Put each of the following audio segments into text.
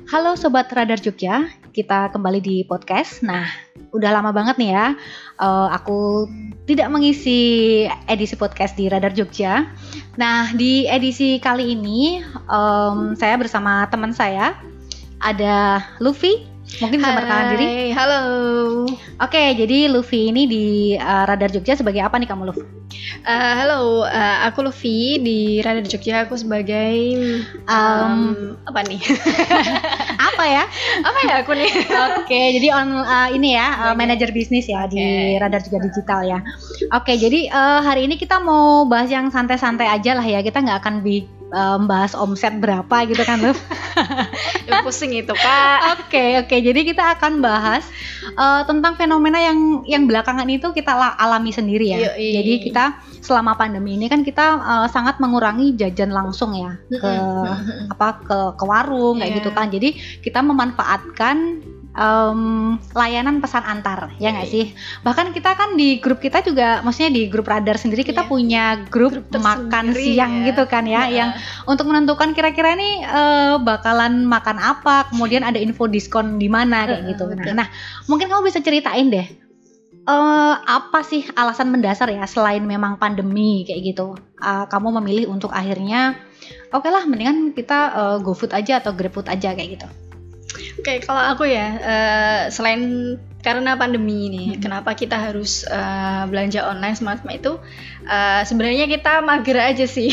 Halo Sobat Radar Jogja, kita kembali di podcast. Nah, udah lama banget nih ya, aku tidak mengisi edisi podcast di Radar Jogja. Nah, di edisi kali ini, saya bersama teman saya, ada Luffy. Mungkin bisa perkenalkan diri. Halo. Oke, jadi Luffy ini di Radar Jogja sebagai apa nih kamu, Luffy? Halo, aku Luffy di Radar Jogja. Aku sebagai apa nih? Apa ya aku nih? Oke, jadi ini ya manajer bisnis ya di Radar Jogja Digital ya. Oke, jadi hari ini kita mau bahas yang santai-santai aja lah ya. Kita nggak akan bahas omset berapa gitu kan, Luf? Ya, pusing itu, Kak. Oke, jadi kita akan bahas tentang fenomena yang belakangan itu kita alami sendiri ya. Yoi. Jadi kita selama pandemi ini kan kita sangat mengurangi jajan langsung ya ke warung kayak gitu kan. Jadi kita memanfaatkan layanan pesan antar, ya nggak sih? Bahkan kita kan di grup kita juga, maksudnya di grup Radar sendiri kita punya grup makan siang ya. gitu kan ya, yang untuk menentukan kira-kira nih bakalan makan apa, kemudian ada info diskon di mana kayak gitu. Nah, mungkin kamu bisa ceritain deh, apa sih alasan mendasar ya selain memang pandemi kayak gitu, kamu memilih untuk akhirnya oke lah mendingan kita GoFood aja atau GrabFood aja kayak gitu. Oke, kalau aku ya, selain karena pandemi ini, kenapa kita harus belanja online semacam itu? Sebenarnya kita mager aja sih.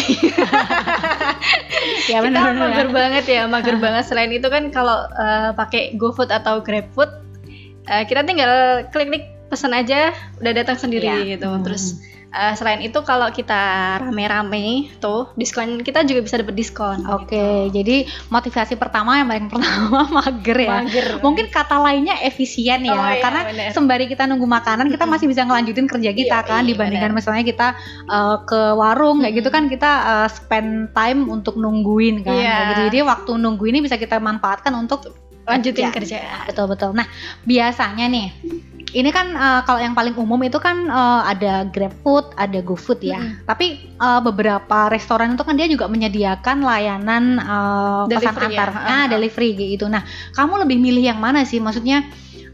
Ya, kita mager banget ya, mager banget. Selain itu kan kalau pakai GoFood atau GrabFood, kita tinggal klik-klik pesan aja, udah datang sendiri gitu. Terus selain itu kalau kita rame-rame tuh diskon, kita juga bisa dapat diskon. Oke, jadi motivasi pertama yang paling pertama mager ya. Mungkin kata lainnya efisien ya, karena sembari kita nunggu makanan kita masih bisa ngelanjutin kerja kita kan, dibandingkan misalnya kita ke warung kayak gitu kan, kita spend time untuk nungguin kan. Jadi waktu nunggu ini bisa kita manfaatkan untuk lanjutin kerja. Betul. Nah, biasanya nih ini kan kalau yang paling umum itu kan ada GrabFood, ada GoFood ya. Tapi beberapa restoran itu kan dia juga menyediakan layanan pesan antar, delivery gitu. Nah, kamu lebih milih yang mana sih? Maksudnya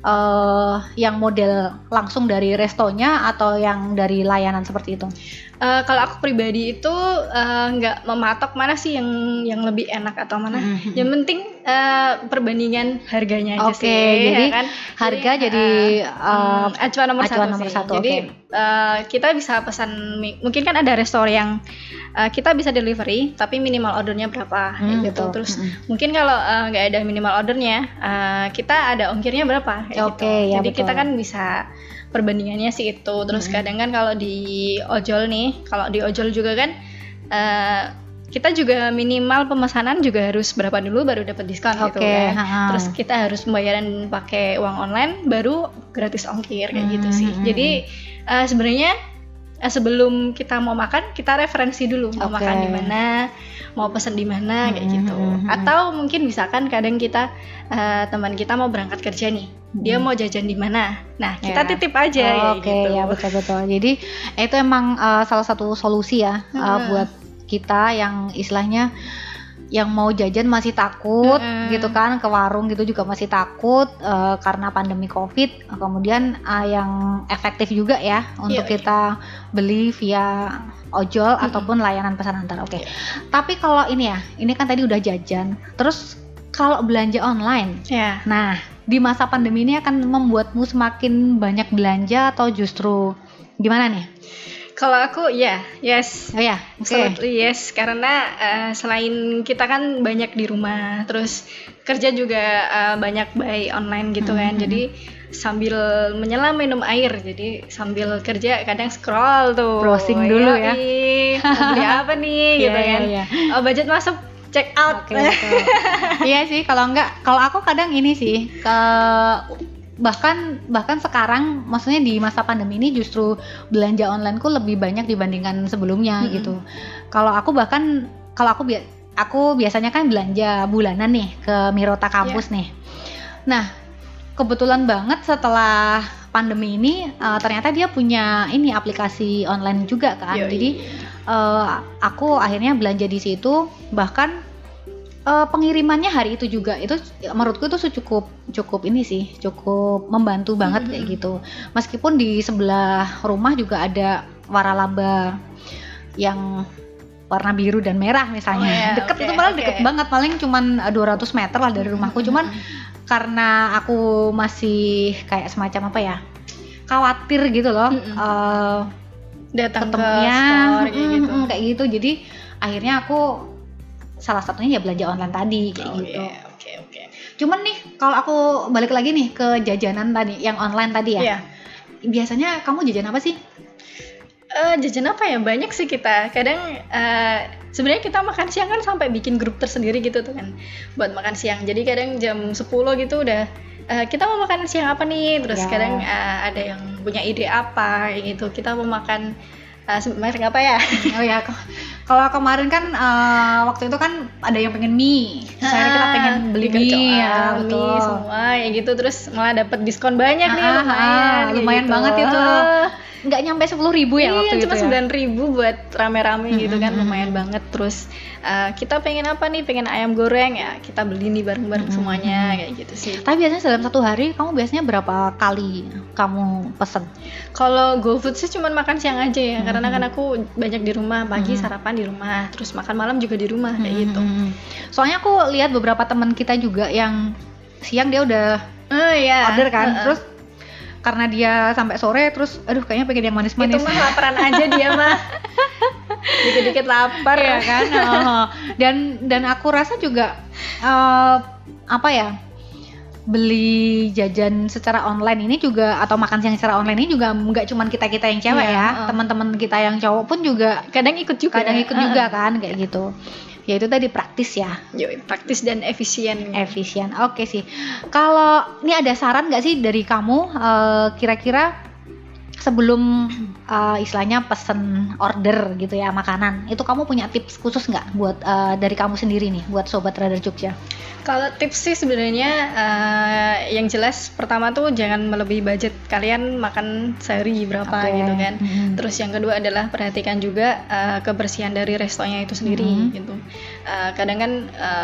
yang model langsung dari restonya atau yang dari layanan seperti itu? Kalau aku pribadi itu nggak mematok mana sih yang lebih enak atau mana. Yang penting perbandingan harganya aja sih. Jadi ya kan? harga jadi acuan nomor satu. Jadi kita bisa pesan, mungkin kan ada restoran yang kita bisa delivery tapi minimal ordernya berapa gitu. Terus mungkin kalau nggak ada minimal ordernya, kita ada ongkirnya berapa gitu. Ya, jadi betul. kita kan bisa perbandingannya sih itu. Terus kadang kan kalau di ojol nih, kalau di ojol juga kan kita juga minimal pemesanan juga harus berapa dulu baru dapat diskon gitu kan. Terus kita harus pembayaran pakai uang online baru gratis ongkir kayak gitu sih. Jadi sebenarnya sebelum kita mau makan, kita referensi dulu mau makan di mana, mau pesan di mana kayak gitu. Atau mungkin misalkan kadang kita teman kita mau berangkat kerja nih, dia mau jajan di mana. Nah, kita titip aja gitu. Ya betul. Jadi itu emang salah satu solusi ya buat kita yang istilahnya yang mau jajan masih takut gitu kan, ke warung gitu juga masih takut karena pandemi COVID. Kemudian yang efektif juga ya untuk kita beli via ojol ataupun layanan pesan antar. Tapi kalau ini kan tadi udah jajan. Terus kalau belanja online, nah di masa pandemi ini akan membuatmu semakin banyak belanja atau justru gimana nih? Kalau aku yes. Absolutely yes, karena selain kita kan banyak di rumah, terus kerja juga banyak buy online gitu kan. Jadi sambil menyelam minum air, jadi sambil kerja kadang scroll tuh, browsing dulu ya. Beli apa nih gitu kan. Budget masuk, check out. Iya sih, kalau aku kadang ini sih bahkan sekarang, maksudnya di masa pandemi ini justru belanja onlineku lebih banyak dibandingkan sebelumnya gitu. Kalau aku biasanya kan belanja bulanan nih ke Mirota kampus nih. Nah, kebetulan banget setelah pandemi ini ternyata dia punya ini aplikasi online juga kan. Jadi aku akhirnya belanja di situ, bahkan pengirimannya hari itu juga itu menurutku itu cukup ini sih, cukup membantu banget kayak gitu. Meskipun di sebelah rumah juga ada waralaba yang warna biru dan merah misalnya, deket itu malah deket banget, paling cuman 200 meter lah dari rumahku. Cuman karena aku masih kayak semacam apa ya, khawatir gitu loh, datang ke store kayak gitu. Jadi akhirnya aku salah satunya ya belanja online tadi kayak gitu. Oke. Cuman nih kalau aku balik lagi nih ke jajanan tadi yang online tadi ya. Yeah. Biasanya kamu jajan apa sih? Jajan apa ya? Banyak sih kita. Kadang sebenarnya kita makan siang kan sampai bikin grup tersendiri gitu tuh kan buat makan siang. Jadi kadang jam 10 gitu udah kita mau makan siang apa nih? Terus kadang ada yang punya ide apa gitu. Kita mau makan merek apa ya? Oh ya, kalau kemarin kan waktu itu kan ada yang pengen mie, akhirnya kita pengen beli mie, ya betul. Mie semua ya gitu, terus malah dapat diskon banyak nih, lumayan gitu. Banget itu. Nggak nyampe 10.000 ya waktu itu cuma ya? 9.000 buat rame-rame gitu kan, lumayan banget. Terus kita pengen apa nih, pengen ayam goreng ya, kita beli nih bareng-bareng semuanya kayak gitu sih. Tapi biasanya dalam satu hari kamu biasanya berapa kali kamu pesen? Kalau GoFood sih cuma makan siang aja ya, karena kan aku banyak di rumah, pagi sarapan di rumah, terus makan malam juga di rumah kayak gitu. Soalnya aku lihat beberapa teman kita juga yang siang dia udah order kan, terus karena dia sampai sore terus aduh kayaknya pengen yang manis-manis. Itu mah laparan aja dia mah. Dikit-dikit lapar ya kan. Dan aku rasa juga apa ya, beli jajan secara online ini juga atau makan siang secara online ini juga nggak cuman kita yang cewek ya, teman-teman kita yang cowok pun juga kadang ikut juga kan kayak gitu. Ya itu tadi praktis ya. Praktis dan efisien. Oke sih. Kalau ini ada saran nggak sih dari kamu kira-kira sebelum istilahnya pesen order gitu ya makanan, itu kamu punya tips khusus nggak buat dari kamu sendiri nih buat Sobat Radar Jogja? Kalau tips sih sebenarnya yang jelas pertama tuh jangan melebihi budget kalian makan sehari berapa gitu kan. Terus yang kedua adalah perhatikan juga kebersihan dari restonya itu sendiri gitu. Kadang kan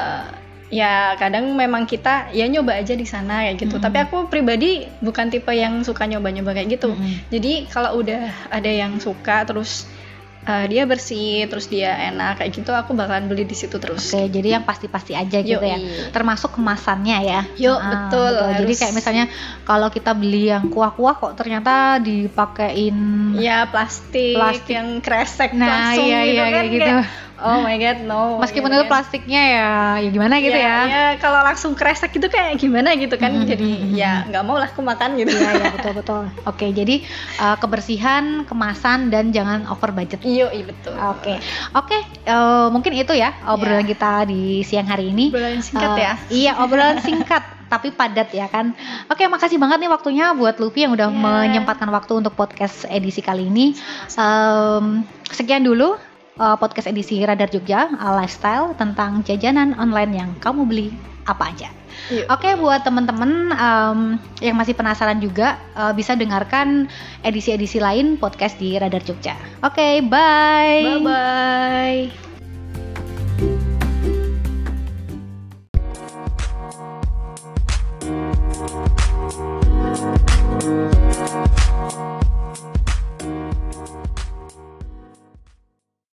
ya kadang memang kita ya nyoba aja di sana kayak gitu. Tapi aku pribadi bukan tipe yang suka nyoba-nyoba kayak gitu. Jadi kalau udah ada yang suka terus dia bersih, terus dia enak kayak gitu, aku bakalan beli di situ terus. Oke, jadi yang pasti-pasti aja gitu ya. Termasuk kemasannya ya. Betul. Jadi kayak misalnya kalau kita beli yang kuah-kuah kok ternyata dipakein plastik yang kresek langsung gitu kan gitu. Oh my god, no. Meskipun itu plastiknya ya gimana gitu ya. Ya kalau langsung kresek gitu kayak gimana gitu kan. Jadi ya nggak mau lah aku makan gitu. Iya betul. Oke, jadi kebersihan, kemasan dan jangan over budget. Iya betul. Oke, mungkin itu ya obrolan kita di siang hari ini. Obrolan singkat ya. Iya, obrolan singkat tapi padat ya kan. Oke, makasih banget nih waktunya buat Luffy yang udah menyempatkan waktu untuk podcast edisi kali ini. Sekian dulu podcast edisi Radar Jogja Lifestyle tentang jajanan online yang kamu beli apa aja. Oke, buat teman-teman yang masih penasaran juga bisa dengarkan edisi-edisi lain podcast di Radar Jogja. Oke, bye. Bye.